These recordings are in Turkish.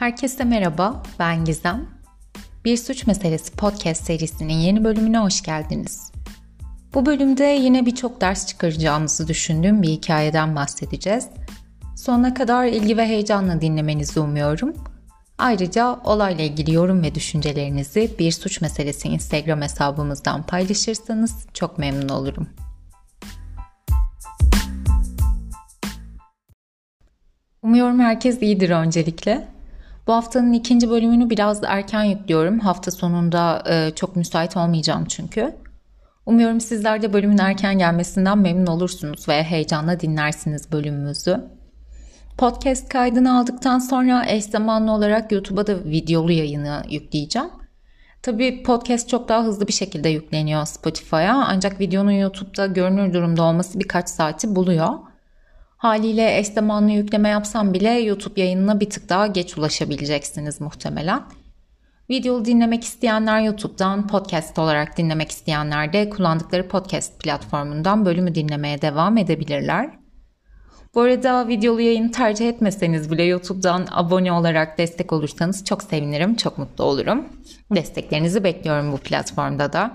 Herkese merhaba, ben Gizem. Bir Suç Meselesi podcast serisinin yeni bölümüne hoş geldiniz. Bu bölümde yine birçok ders çıkaracağımızı düşündüğüm bir hikayeden bahsedeceğiz. Sonuna kadar ilgi ve heyecanla dinlemenizi umuyorum. Ayrıca olayla ilgili yorum ve düşüncelerinizi Bir Suç Meselesi Instagram hesabımızdan paylaşırsanız çok memnun olurum. Umuyorum herkes iyidir öncelikle. Bu haftanın ikinci bölümünü biraz erken yüklüyorum. Hafta sonunda çok müsait olmayacağım çünkü. Umuyorum sizler de bölümün erken gelmesinden memnun olursunuz ve heyecanla dinlersiniz bölümümüzü. Podcast kaydını aldıktan sonra eş zamanlı olarak YouTube'a da videolu yayını yükleyeceğim. Tabii podcast çok daha hızlı bir şekilde yükleniyor Spotify'a, ancak videonun YouTube'da görünür durumda olması birkaç saati buluyor. Haliyle eş zamanlı yükleme yapsam bile YouTube yayınına bir tık daha geç ulaşabileceksiniz muhtemelen. Videolu dinlemek isteyenler YouTube'dan, podcast olarak dinlemek isteyenler de kullandıkları podcast platformundan bölümü dinlemeye devam edebilirler. Bu arada videolu yayını tercih etmeseniz bile YouTube'dan abone olarak destek olursanız çok sevinirim, çok mutlu olurum. Desteklerinizi bekliyorum bu platformda da.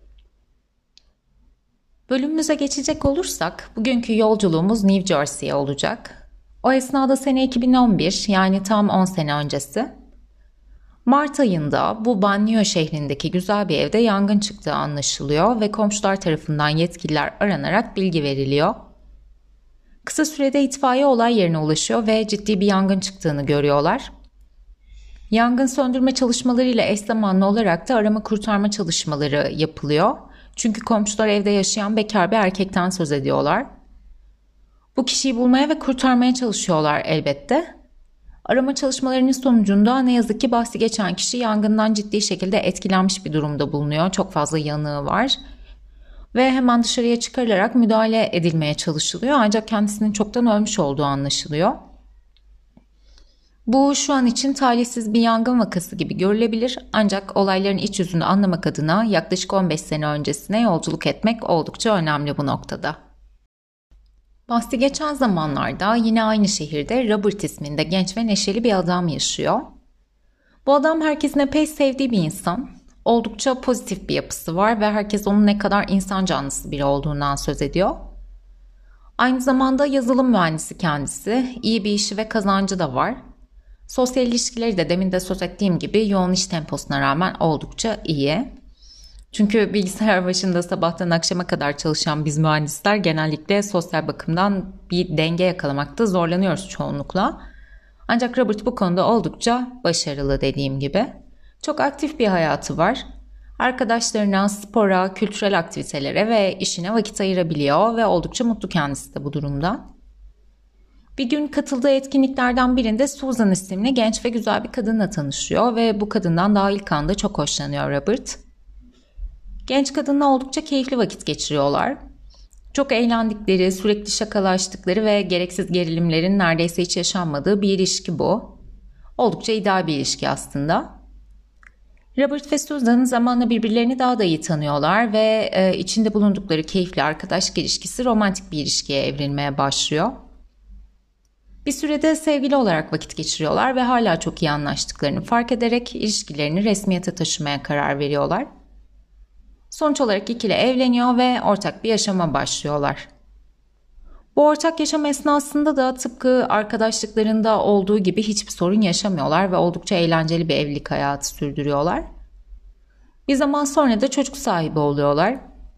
Bölümümüze geçecek olursak bugünkü yolculuğumuz New Jersey'ye olacak. O esnada sene 2011, yani tam 10 sene öncesi. Mart ayında bu Banlieue şehrindeki güzel bir evde yangın çıktığı anlaşılıyor ve komşular tarafından yetkililer aranarak bilgi veriliyor. Kısa sürede itfaiye olay yerine ulaşıyor ve ciddi bir yangın çıktığını görüyorlar. Yangın söndürme çalışmalarıyla eş zamanlı olarak da arama kurtarma çalışmaları yapılıyor. Çünkü komşular evde yaşayan bekar bir erkekten söz ediyorlar. Bu kişiyi bulmaya ve kurtarmaya çalışıyorlar elbette. Arama çalışmalarının sonucunda ne yazık ki bahsi geçen kişi yangından ciddi şekilde etkilenmiş bir durumda bulunuyor. Çok fazla yanığı var. Ve hemen dışarıya çıkarılarak müdahale edilmeye çalışılıyor. Ancak kendisinin çoktan ölmüş olduğu anlaşılıyor. Bu şu an için talihsiz bir yangın vakası gibi görülebilir, ancak olayların iç yüzünü anlamak adına yaklaşık 15 sene öncesine yolculuk etmek oldukça önemli bu noktada. Bahsi geçen zamanlarda yine aynı şehirde Robert isminde genç ve neşeli bir adam yaşıyor. Bu adam herkesin epey sevdiği bir insan. Oldukça pozitif bir yapısı var ve herkes onun ne kadar insan canlısı biri olduğundan söz ediyor. Aynı zamanda yazılım mühendisi kendisi, iyi bir işi ve kazancı da var. Sosyal ilişkileri de demin de söz ettiğim gibi yoğun iş temposuna rağmen oldukça iyi. Çünkü bilgisayar başında sabahtan akşama kadar çalışan biz mühendisler genellikle sosyal bakımdan bir denge yakalamakta zorlanıyoruz çoğunlukla. Ancak Robert bu konuda oldukça başarılı dediğim gibi. Çok aktif bir hayatı var. Arkadaşlarına, spora, kültürel aktivitelere ve işine vakit ayırabiliyor ve oldukça mutlu kendisi de bu durumda. Bir gün katıldığı etkinliklerden birinde Susan isimli genç ve güzel bir kadınla tanışıyor ve bu kadından daha ilk anda çok hoşlanıyor Robert. Genç kadınla oldukça keyifli vakit geçiriyorlar. Çok eğlendikleri, sürekli şakalaştıkları ve gereksiz gerilimlerin neredeyse hiç yaşanmadığı bir ilişki bu. Oldukça ideal bir ilişki aslında. Robert ve Susan zamanla birbirlerini daha da iyi tanıyorlar ve içinde bulundukları keyifli arkadaşlık ilişkisi romantik bir ilişkiye evrilmeye başlıyor. Bir sürede sevgili olarak vakit geçiriyorlar ve hala çok iyi anlaştıklarını fark ederek ilişkilerini resmiyete taşımaya karar veriyorlar. Sonuç olarak ikili evleniyor ve ortak bir yaşama başlıyorlar. Bu ortak yaşam esnasında da tıpkı arkadaşlıklarında olduğu gibi hiçbir sorun yaşamıyorlar ve oldukça eğlenceli bir evlilik hayatı sürdürüyorlar. Bir zaman sonra da çocuk sahibi oluyorlar.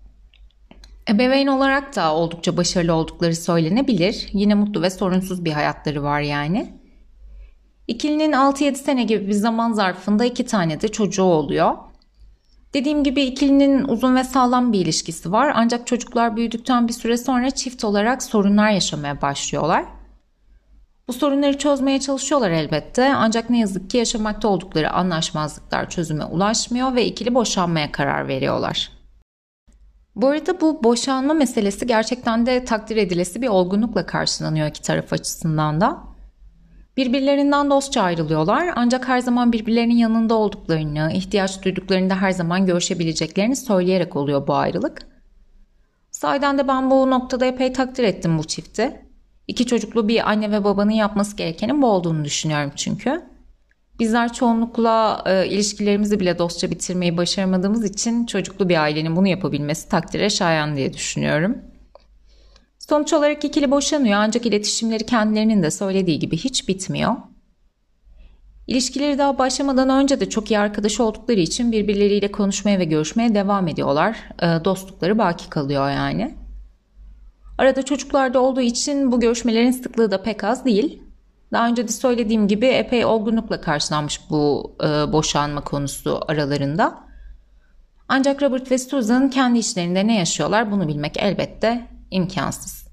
Ebeveyn olarak da oldukça başarılı oldukları söylenebilir. Yine mutlu ve sorunsuz bir hayatları var yani. İkilinin 6-7 sene gibi bir zaman zarfında 2 tane de çocuğu oluyor. Dediğim gibi ikilinin uzun ve sağlam bir ilişkisi var. Ancak çocuklar büyüdükten bir süre sonra çift olarak sorunlar yaşamaya başlıyorlar. Bu sorunları çözmeye çalışıyorlar elbette. Ancak ne yazık ki yaşamakta oldukları anlaşmazlıklar çözüme ulaşmıyor ve ikili boşanmaya karar veriyorlar. Bu arada bu boşanma meselesi gerçekten de takdir edilesi bir olgunlukla karşılanıyor iki taraf açısından da. Birbirlerinden dostça ayrılıyorlar, ancak her zaman birbirlerinin yanında olduklarını, ihtiyaç duyduklarında her zaman görüşebileceklerini söyleyerek oluyor bu ayrılık. Sahiden de ben bu noktada epey takdir ettim bu çifti. İki çocuklu bir anne ve babanın yapması gerekenin bu olduğunu düşünüyorum çünkü. Bizler çoğunlukla ilişkilerimizi bile dostça bitirmeyi başaramadığımız için çocuklu bir ailenin bunu yapabilmesi takdire şayan diye düşünüyorum. Sonuç olarak ikili boşanıyor ancak iletişimleri kendilerinin de söylediği gibi hiç bitmiyor. İlişkileri daha başlamadan önce de çok iyi arkadaş oldukları için birbirleriyle konuşmaya ve görüşmeye devam ediyorlar. Dostlukları baki kalıyor yani. Arada çocuklar da olduğu için bu görüşmelerin sıklığı da pek az değil. Daha önce de söylediğim gibi epey olgunlukla karşılanmış bu boşanma konusu aralarında. Ancak Robert ve Susan kendi içlerinde ne yaşıyorlar bunu bilmek elbette imkansız.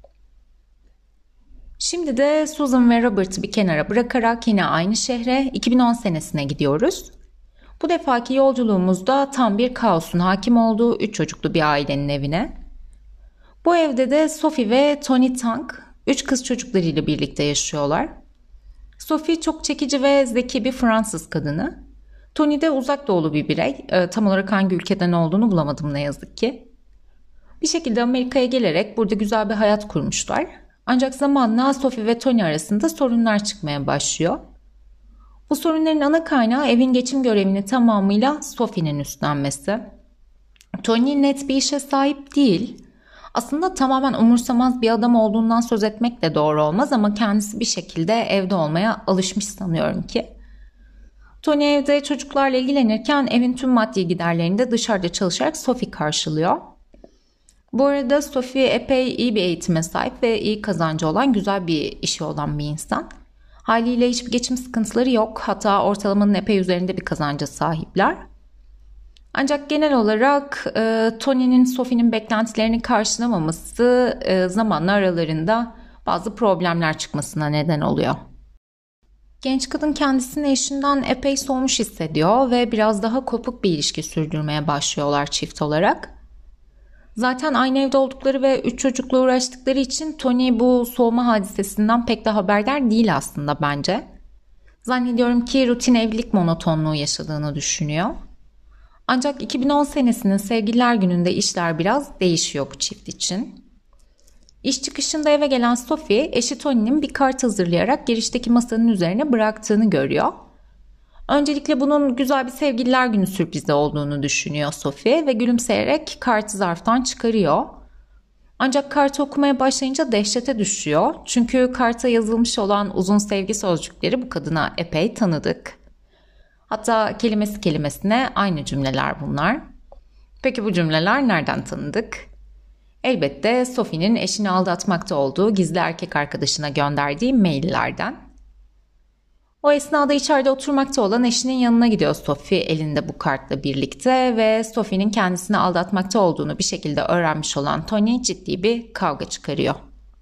Şimdi de Susan ve Robert'ı bir kenara bırakarak yine aynı şehre 2010 senesine gidiyoruz. Bu defaki yolculuğumuzda tam bir kaosun hakim olduğu 3 çocuklu bir ailenin evine. Bu evde de Sophie ve Tony Tang 3 kız çocuklarıyla birlikte yaşıyorlar. Sophie çok çekici ve zeki bir Fransız kadını. Tony de uzak doğulu bir birey. Tam olarak hangi ülkeden olduğunu bulamadım ne yazık ki. Bir şekilde Amerika'ya gelerek burada güzel bir hayat kurmuşlar. Ancak zamanla Sophie ve Tony arasında sorunlar çıkmaya başlıyor. Bu sorunların ana kaynağı evin geçim görevini tamamıyla Sophie'nin üstlenmesi. Tony net bir işe sahip değil. Aslında tamamen umursamaz bir adam olduğundan söz etmek de doğru olmaz ama kendisi bir şekilde evde olmaya alışmış sanıyorum ki. Tony evde çocuklarla ilgilenirken evin tüm maddi giderlerini de dışarıda çalışarak Sophie karşılıyor. Bu arada Sophie epey iyi bir eğitime sahip ve iyi kazancı olan güzel bir işi olan bir insan. Haliyle hiçbir geçim sıkıntıları yok, hatta ortalamanın epey üzerinde bir kazanca sahipler. Ancak genel olarak Tony'nin Sophie'nin beklentilerini karşılamaması zamanla aralarında bazı problemler çıkmasına neden oluyor. Genç kadın kendisini eşinden epey soğumuş hissediyor ve biraz daha kopuk bir ilişki sürdürmeye başlıyorlar çift olarak. Zaten aynı evde oldukları ve 3 çocukla uğraştıkları için Tony bu soğuma hadisesinden pek de haberdar değil aslında bence. Zannediyorum ki rutin evlilik monotonluğu yaşadığını düşünüyor. Ancak 2010 senesinin Sevgililer Günü'nde işler biraz değişiyor bu çift için. İş çıkışında eve gelen Sophie, eşi Tony'nin bir kart hazırlayarak girişteki masanın üzerine bıraktığını görüyor. Öncelikle bunun güzel bir Sevgililer Günü sürprizi olduğunu düşünüyor Sophie ve gülümseyerek kartı zarftan çıkarıyor. Ancak kartı okumaya başlayınca dehşete düşüyor. Çünkü karta yazılmış olan uzun sevgi sözcükleri bu kadına epey tanıdık. Hatta kelimesi kelimesine aynı cümleler bunlar. Peki bu cümleler nereden tanıdık? Elbette Sophie'nin eşini aldatmakta olduğu gizli erkek arkadaşına gönderdiği maillerden. O esnada içeride oturmakta olan eşinin yanına gidiyor Sophie elinde bu kartla birlikte ve Sophie'nin kendisini aldatmakta olduğunu bir şekilde öğrenmiş olan Tony ciddi bir kavga çıkarıyor.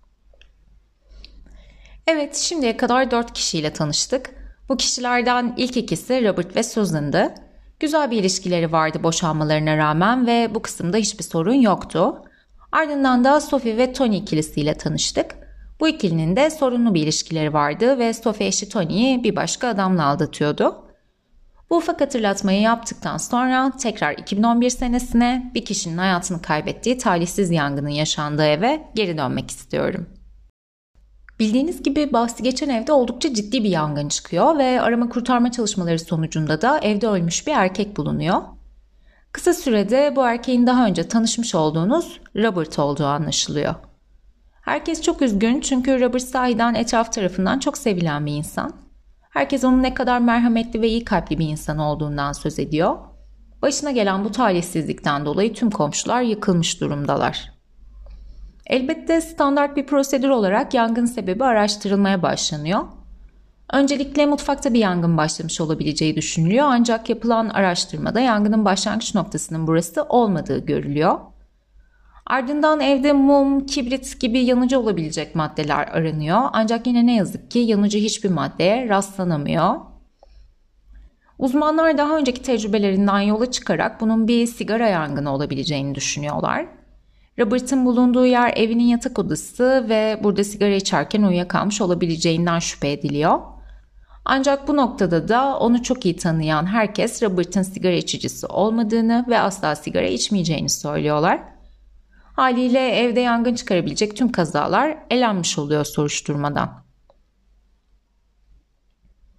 Evet, şimdiye kadar 4 kişiyle tanıştık. Bu kişilerden ilk ikisi Robert ve Susan'dı. Güzel bir ilişkileri vardı boşanmalarına rağmen ve bu kısımda hiçbir sorun yoktu. Ardından da Sophie ve Tony ikilisiyle tanıştık. Bu ikilinin de sorunlu bir ilişkileri vardı ve Sophie eşi Tony'yi bir başka adamla aldatıyordu. Bu ufak hatırlatmayı yaptıktan sonra tekrar 2011 senesine bir kişinin hayatını kaybettiği talihsiz yangının yaşandığı eve geri dönmek istiyorum. Bildiğiniz gibi bahsi geçen evde oldukça ciddi bir yangın çıkıyor ve arama kurtarma çalışmaları sonucunda da evde ölmüş bir erkek bulunuyor. Kısa sürede bu erkeğin daha önce tanışmış olduğunuz Robert olduğu anlaşılıyor. Herkes çok üzgün çünkü Robert sahiden etraf tarafından çok sevilen bir insan. Herkes onun ne kadar merhametli ve iyi kalpli bir insan olduğundan söz ediyor. Başına gelen bu talihsizlikten dolayı tüm komşular yıkılmış durumdalar. Elbette standart bir prosedür olarak yangın sebebi araştırılmaya başlanıyor. Öncelikle mutfakta bir yangın başlamış olabileceği düşünülüyor ancak yapılan araştırmada yangının başlangıç noktasının burası olmadığı görülüyor. Ardından evde mum, kibrit gibi yanıcı olabilecek maddeler aranıyor ancak yine ne yazık ki yanıcı hiçbir maddeye rastlanamıyor. Uzmanlar daha önceki tecrübelerinden yola çıkarak bunun bir sigara yangını olabileceğini düşünüyorlar. Robert'ın bulunduğu yer evinin yatak odası ve burada sigara içerken uyuyakalmış olabileceğinden şüphe ediliyor. Ancak bu noktada da onu çok iyi tanıyan herkes Robert'ın sigara içicisi olmadığını ve asla sigara içmeyeceğini söylüyorlar. Haliyle evde yangın çıkarabilecek tüm kazalar elenmiş oluyor soruşturmadan.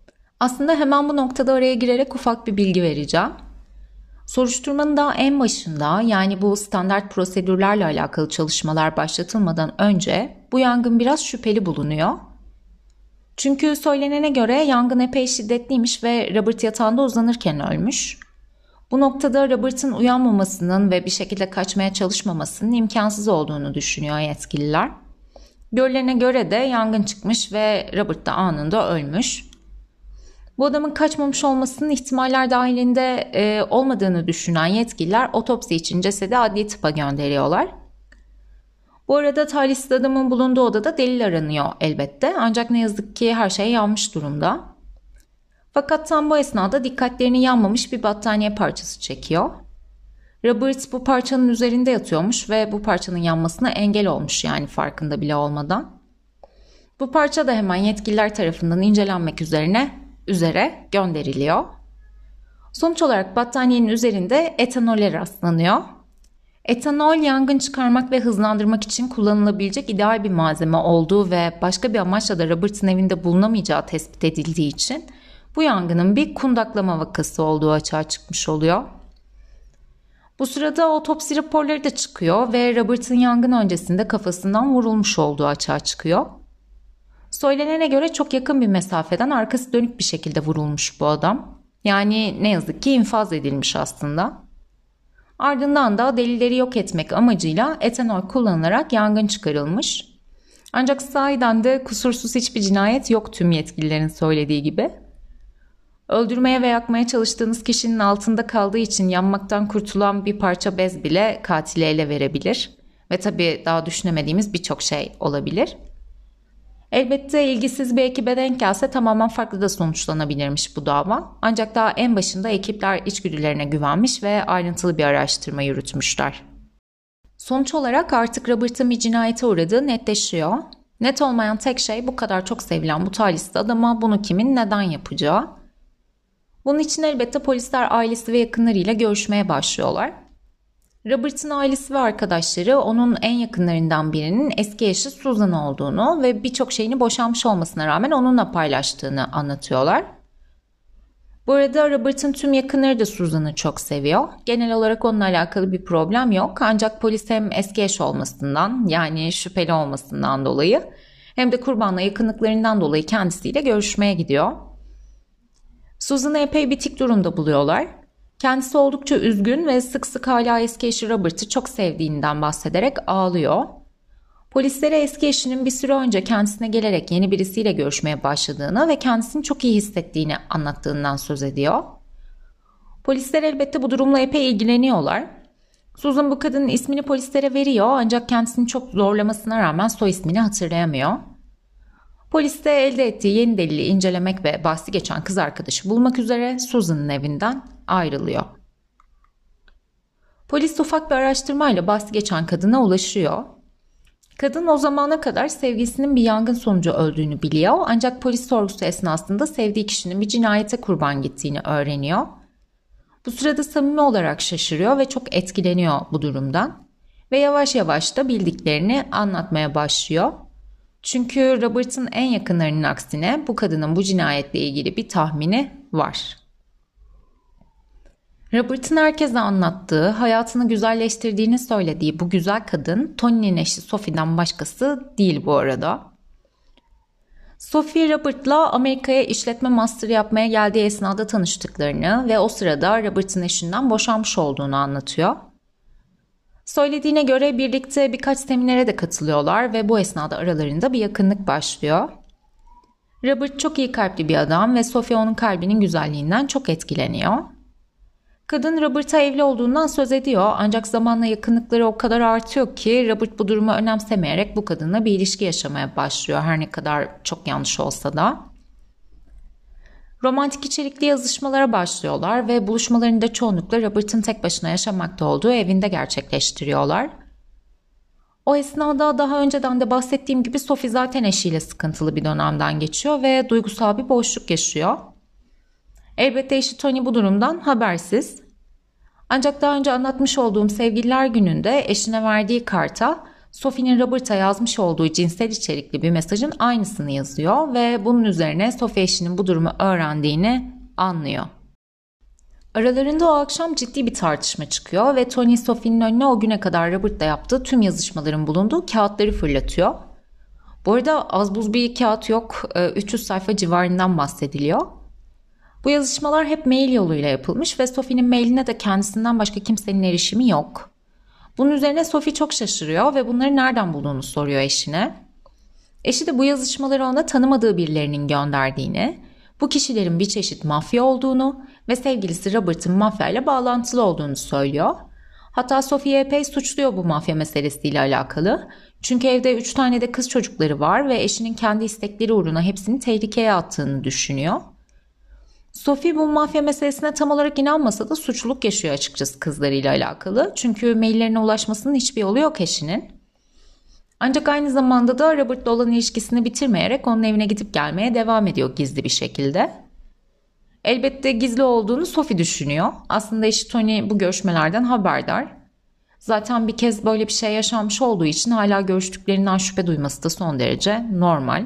Aslında hemen bu noktada araya girerek ufak bir bilgi vereceğim. Soruşturmanın daha en başında, yani bu standart prosedürlerle alakalı çalışmalar başlatılmadan önce bu yangın biraz şüpheli bulunuyor. Çünkü söylenene göre yangın epey şiddetliymiş ve Robert yatağında uzanırken ölmüş. Bu noktada Robert'ın uyanmamasının ve bir şekilde kaçmaya çalışmamasının imkansız olduğunu düşünüyor yetkililer. Görülene göre de yangın çıkmış ve Robert da anında ölmüş. Bu adamın kaçmamış olmasının ihtimaller dahilinde olmadığını düşünen yetkililer otopsi için cesedi adli tıpa gönderiyorlar. Bu arada talihsiz adamın bulunduğu odada delil aranıyor elbette, ancak ne yazık ki her şey yanmış durumda. Fakat tam bu esnada dikkatlerini yanmamış bir battaniye parçası çekiyor. Robert bu parçanın üzerinde yatıyormuş ve bu parçanın yanmasına engel olmuş, yani farkında bile olmadan. Bu parça da hemen yetkililer tarafından incelenmek üzere gönderiliyor. Sonuç olarak battaniyenin üzerinde etanole rastlanıyor. Etanol yangın çıkarmak ve hızlandırmak için kullanılabilecek ideal bir malzeme olduğu ve başka bir amaçla da Robert'ın evinde bulunamayacağı tespit edildiği için bu yangının bir kundaklama vakası olduğu açığa çıkmış oluyor. Bu sırada otopsi raporları da çıkıyor ve Robert'ın yangın öncesinde kafasından vurulmuş olduğu açığa çıkıyor. Söylenene göre çok yakın bir mesafeden arkası dönük bir şekilde vurulmuş bu adam. Yani ne yazık ki infaz edilmiş aslında. Ardından da delilleri yok etmek amacıyla etanol kullanılarak yangın çıkarılmış. Ancak sahiden de kusursuz hiçbir cinayet yok tüm yetkililerin söylediği gibi. Öldürmeye ve yakmaya çalıştığınız kişinin altında kaldığı için yanmaktan kurtulan bir parça bez bile katili ele verebilir. Ve tabii daha düşünemediğimiz birçok şey olabilir. Elbette ilgisiz bir ekibe denk gelse tamamen farklı da sonuçlanabilirmiş bu dava. Ancak daha en başında ekipler içgüdülerine güvenmiş ve ayrıntılı bir araştırma yürütmüşler. Sonuç olarak artık Robert'ın bir cinayete uğradığı netleşiyor. Net olmayan tek şey bu kadar çok sevilen bu talihsiz adama bunu kimin neden yapacağı. Bunun için elbette polisler ailesi ve yakınlarıyla görüşmeye başlıyorlar. Robert'ın ailesi ve arkadaşları onun en yakınlarından birinin eski eşi Susan olduğunu ve birçok şeyini boşanmış olmasına rağmen onunla paylaştığını anlatıyorlar. Bu arada Robert'ın tüm yakınları da Susan'ı çok seviyor. Genel olarak onunla alakalı bir problem yok, ancak polis hem eski eş olmasından, yani şüpheli olmasından dolayı, hem de kurbanla yakınlıklarından dolayı kendisiyle görüşmeye gidiyor. Susan'ı epey bitik durumda buluyorlar. Kendisi oldukça üzgün ve sık sık hala eski eşi Robert'ı çok sevdiğinden bahsederek ağlıyor. Polislere eski eşinin bir süre önce kendisine gelerek yeni birisiyle görüşmeye başladığını ve kendisini çok iyi hissettiğini anlattığından söz ediyor. Polisler elbette bu durumla epey ilgileniyorlar. Susan bu kadının ismini polislere veriyor, ancak kendisini çok zorlamasına rağmen soy ismini hatırlayamıyor. Polis de elde ettiği yeni delili incelemek ve bahsi geçen kız arkadaşı bulmak üzere Susan'ın evinden ayrılıyor. Polis ufak bir araştırmayla bahsi geçen kadına ulaşıyor. Kadın o zamana kadar sevgilisinin bir yangın sonucu öldüğünü biliyor, ancak polis sorgusu esnasında sevdiği kişinin bir cinayete kurban gittiğini öğreniyor. Bu sırada samimi olarak şaşırıyor ve çok etkileniyor bu durumdan ve yavaş yavaş da bildiklerini anlatmaya başlıyor. Çünkü Robert'ın en yakınlarının aksine bu kadının bu cinayetle ilgili bir tahmini var. Robert'ın herkese anlattığı, hayatını güzelleştirdiğini söylediği bu güzel kadın Tony'nin eşi Sophie'den başkası değil bu arada. Sophie Robert'la Amerika'ya işletme master'ı yapmaya geldiği esnada tanıştıklarını ve o sırada Robert'ın eşinden boşanmış olduğunu anlatıyor. Söylediğine göre birlikte birkaç seminere de katılıyorlar ve bu esnada aralarında bir yakınlık başlıyor. Robert çok iyi kalpli bir adam ve Sophie onun kalbinin güzelliğinden çok etkileniyor. Kadın Robert'a evli olduğundan söz ediyor, ancak zamanla yakınlıkları o kadar artıyor ki Robert bu durumu önemsemeyerek bu kadınla bir ilişki yaşamaya başlıyor, her ne kadar çok yanlış olsa da. Romantik içerikli yazışmalara başlıyorlar ve buluşmalarını da çoğunlukla Robert'ın tek başına yaşamakta olduğu evinde gerçekleştiriyorlar. O esnada daha önceden de bahsettiğim gibi Sophie zaten eşiyle sıkıntılı bir dönemden geçiyor ve duygusal bir boşluk yaşıyor. Elbette eşi Tony bu durumdan habersiz. Ancak daha önce anlatmış olduğum Sevgililer Günü'nde eşine verdiği karta Sophie'nin Robert'a yazmış olduğu cinsel içerikli bir mesajın aynısını yazıyor ve bunun üzerine Sophie eşinin bu durumu öğrendiğini anlıyor. Aralarında o akşam ciddi bir tartışma çıkıyor ve Tony Sophie'nin önüne o güne kadar Robert'la yaptığı tüm yazışmaların bulunduğu kağıtları fırlatıyor. Bu arada az buz bir kağıt yok, 300 sayfa civarından bahsediliyor. Bu yazışmalar hep mail yoluyla yapılmış ve Sophie'nin mailine de kendisinden başka kimsenin erişimi yok. Bunun üzerine Sophie çok şaşırıyor ve bunları nereden bulduğunu soruyor eşine. Eşi de bu yazışmaları ona tanımadığı birilerinin gönderdiğini, bu kişilerin bir çeşit mafya olduğunu ve sevgilisi Robert'ın mafyayla bağlantılı olduğunu söylüyor. Hatta Sophie'yi epey suçluyor bu mafya meselesiyle alakalı. Çünkü evde 3 tane de kız çocukları var ve eşinin kendi istekleri uğruna hepsini tehlikeye attığını düşünüyor. Sophie bu mafya meselesine tam olarak inanmasa da suçluluk yaşıyor açıkçası kızlarıyla alakalı. Çünkü maillerine ulaşmasının hiçbir yolu yok eşinin. Ancak aynı zamanda da Robert'la olan ilişkisini bitirmeyerek onun evine gidip gelmeye devam ediyor gizli bir şekilde. Elbette gizli olduğunu Sophie düşünüyor. Aslında eşi Tony bu görüşmelerden haberdar. Zaten bir kez böyle bir şey yaşanmış olduğu için hala görüştüklerinden şüphe duyması da son derece normal.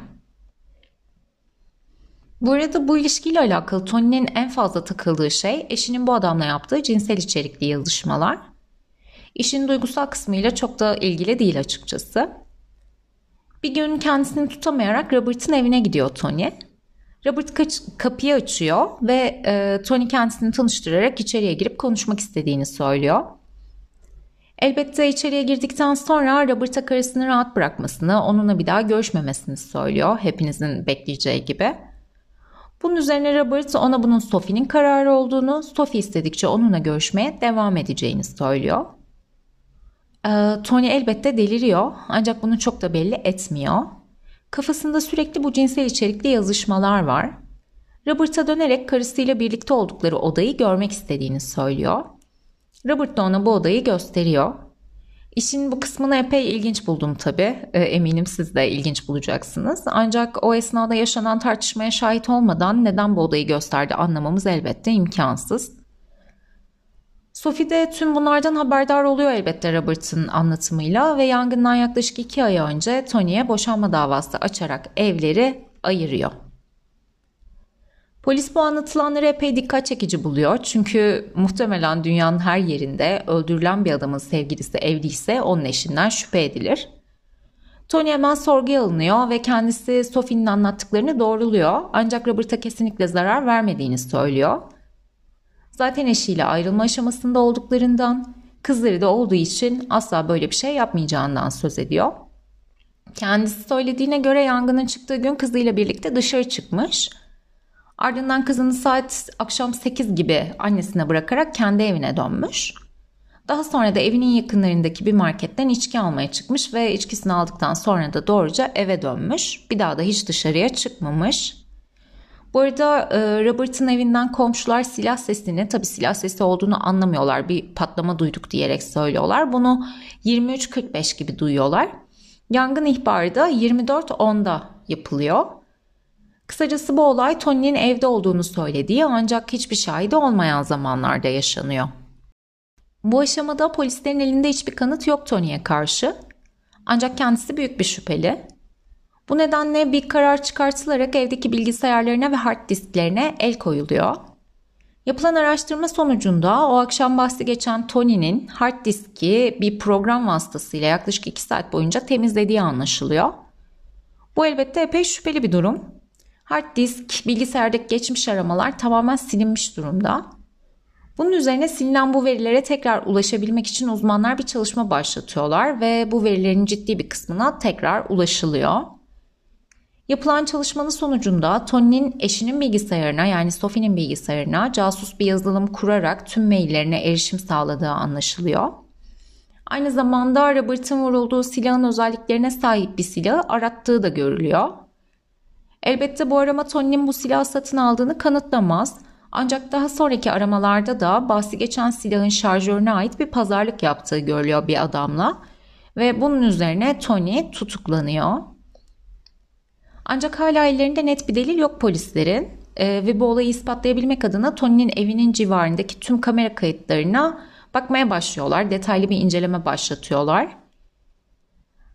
Bu arada bu ilişkiyle alakalı Tony'nin en fazla takıldığı şey eşinin bu adamla yaptığı cinsel içerikli yazışmalar. İşin duygusal kısmıyla çok da ilgili değil açıkçası. Bir gün kendisini tutamayarak Robert'ın evine gidiyor Tony. Robert kapıyı açıyor ve Tony kendisini tanıştırarak içeriye girip konuşmak istediğini söylüyor. Elbette içeriye girdikten sonra Robert'a karısını rahat bırakmasını, onunla bir daha görüşmemesini söylüyor, hepinizin bekleyeceği gibi. Bunun üzerine Robert ona bunun Sophie'nin kararı olduğunu, Sophie istedikçe onunla görüşmeye devam edeceğini söylüyor. Tony elbette deliriyor ancak bunu çok da belli etmiyor. Kafasında sürekli bu cinsel içerikli yazışmalar var. Robert'a dönerek karısıyla birlikte oldukları odayı görmek istediğini söylüyor. Robert da ona bu odayı gösteriyor. İşin bu kısmını epey ilginç buldum tabii. Eminim siz de ilginç bulacaksınız. Ancak o esnada yaşanan tartışmaya şahit olmadan neden bu odayı gösterdi anlamamız elbette imkansız. Sophie de tüm bunlardan haberdar oluyor elbette Robert'ın anlatımıyla ve yangından yaklaşık 2 ay önce Tony'ye boşanma davası açarak evleri ayırıyor. Polis bu anlatılanları epey dikkat çekici buluyor çünkü muhtemelen dünyanın her yerinde öldürülen bir adamın sevgilisi evliyse onun eşinden şüphe edilir. Tony hemen sorguya alınıyor ve kendisi Sophie'nin anlattıklarını doğruluyor ancak Robert'a kesinlikle zarar vermediğini söylüyor. Zaten eşiyle ayrılma aşamasında olduklarından, kızları da olduğu için asla böyle bir şey yapmayacağından söz ediyor. Kendisi söylediğine göre yangının çıktığı gün kızıyla birlikte dışarı çıkmış. Ardından kızını saat akşam 8 gibi annesine bırakarak kendi evine dönmüş. Daha sonra da evinin yakınlarındaki bir marketten içki almaya çıkmış ve içkisini aldıktan sonra da doğruca eve dönmüş. Bir daha da hiç dışarıya çıkmamış. Bu arada Robert'ın evinden komşular silah sesini, tabii silah sesi olduğunu anlamıyorlar. Bir patlama duyduk diyerek söylüyorlar. Bunu 23.45 gibi duyuyorlar. Yangın ihbarı da 24.10'da yapılıyor. Kısacası bu olay Tony'nin evde olduğunu söylediği ancak hiçbir şahidi olmayan zamanlarda yaşanıyor. Bu aşamada polislerin elinde hiçbir kanıt yok Tony'ye karşı. Ancak kendisi büyük bir şüpheli. Bu nedenle bir karar çıkartılarak evdeki bilgisayarlarına ve hard disklerine el koyuluyor. Yapılan araştırma sonucunda o akşam bahsi geçen Tony'nin hard diski bir program vasıtasıyla yaklaşık 2 saat boyunca temizlediği anlaşılıyor. Bu elbette epey şüpheli bir durum. Hard disk, bilgisayardaki geçmiş aramalar tamamen silinmiş durumda. Bunun üzerine silinen bu verilere tekrar ulaşabilmek için uzmanlar bir çalışma başlatıyorlar ve bu verilerin ciddi bir kısmına tekrar ulaşılıyor. Yapılan çalışmanın sonucunda Tony'nin eşinin bilgisayarına yani Sophie'nin bilgisayarına casus bir yazılım kurarak tüm maillerine erişim sağladığı anlaşılıyor. Aynı zamanda Robert'ın vurulduğu silahın özelliklerine sahip bir silahı arattığı da görülüyor. Elbette bu arama Tony'nin bu silahı satın aldığını kanıtlamaz. Ancak daha sonraki aramalarda da bahsi geçen silahın şarjörüne ait bir pazarlık yaptığı görülüyor bir adamla. Ve bunun üzerine Tony tutuklanıyor. Ancak hala ellerinde net bir delil yok polislerin. Ve bu olayı ispatlayabilmek adına Tony'nin evinin civarındaki tüm kamera kayıtlarına bakmaya başlıyorlar. Detaylı bir inceleme başlatıyorlar.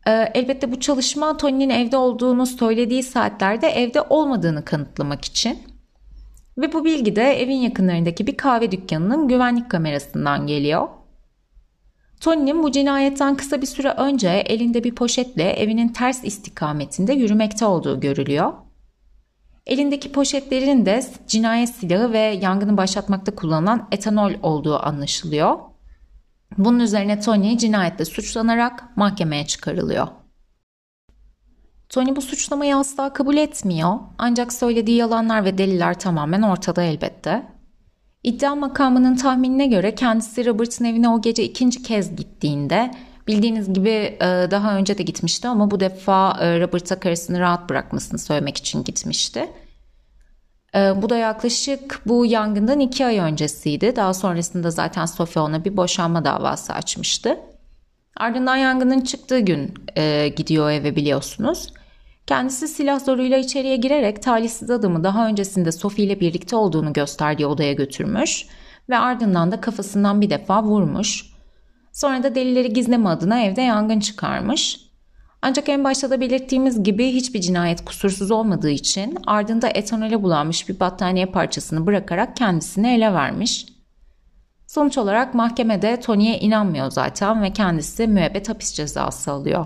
Elbette bu çalışma Tony'nin evde olduğunu söylediği saatlerde evde olmadığını kanıtlamak için. Ve bu bilgi de evin yakınlarındaki bir kahve dükkanının güvenlik kamerasından geliyor. Tony'nin bu cinayetten kısa bir süre önce elinde bir poşetle evinin ters istikametinde yürümekte olduğu görülüyor. Elindeki poşetlerin de cinayet silahı ve yangını başlatmakta kullanılan etanol olduğu anlaşılıyor. Bunun üzerine Tony cinayetle suçlanarak mahkemeye çıkarılıyor. Tony bu suçlamayı asla kabul etmiyor, ancak söylediği yalanlar ve deliller tamamen ortada elbette. İddia makamının tahminine göre kendisi Robert'ın evine o gece ikinci kez gittiğinde, bildiğiniz gibi daha önce de gitmişti ama bu defa Robert'a karısını rahat bırakmasını söylemek için gitmişti. Bu da yaklaşık bu yangından 2 ay öncesiydi. Daha sonrasında zaten Sophie ona bir boşanma davası açmıştı. Ardından yangının çıktığı gün gidiyor eve, biliyorsunuz. Kendisi silah zoruyla içeriye girerek talihsiz adamı daha öncesinde Sophie ile birlikte olduğunu gösterdiği odaya götürmüş ve ardından da kafasından bir defa vurmuş. Sonra da delilleri gizleme adına evde yangın çıkarmış. Ancak en başta da belirttiğimiz gibi hiçbir cinayet kusursuz olmadığı için ardında etanole bulanmış bir battaniye parçasını bırakarak kendisini ele vermiş. Sonuç olarak mahkemede Tony'ye inanmıyor zaten ve kendisi müebbet hapis cezası alıyor.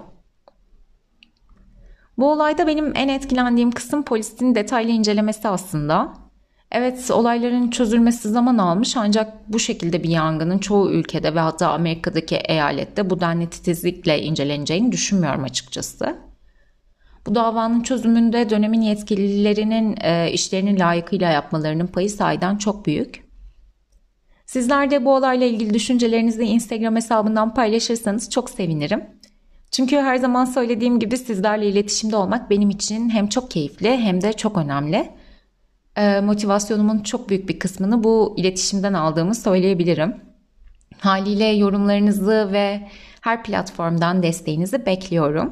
Bu olayda benim en etkilendiğim kısım polisin detaylı incelemesi aslında. Evet, olayların çözülmesi zaman almış, ancak bu şekilde bir yangının çoğu ülkede ve hatta Amerika'daki eyalette bu denli titizlikle inceleneceğini düşünmüyorum açıkçası. Bu davanın çözümünde dönemin yetkililerinin işlerini layıkıyla yapmalarının payı sahiden çok büyük. Sizler de bu olayla ilgili düşüncelerinizi Instagram hesabından paylaşırsanız çok sevinirim. Çünkü her zaman söylediğim gibi sizlerle iletişimde olmak benim için hem çok keyifli hem de çok önemli. Motivasyonumun çok büyük bir kısmını bu iletişimden aldığımı söyleyebilirim. Haliyle yorumlarınızı ve her platformdan desteğinizi bekliyorum.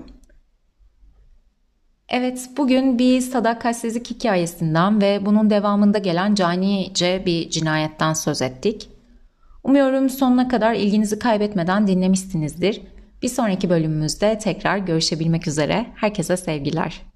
Evet, bugün bir sadakatsizlik hikayesinden ve bunun devamında gelen canice bir cinayetten söz ettik. Umuyorum sonuna kadar ilginizi kaybetmeden dinlemişsinizdir. Bir sonraki bölümümüzde tekrar görüşebilmek üzere. Herkese sevgiler.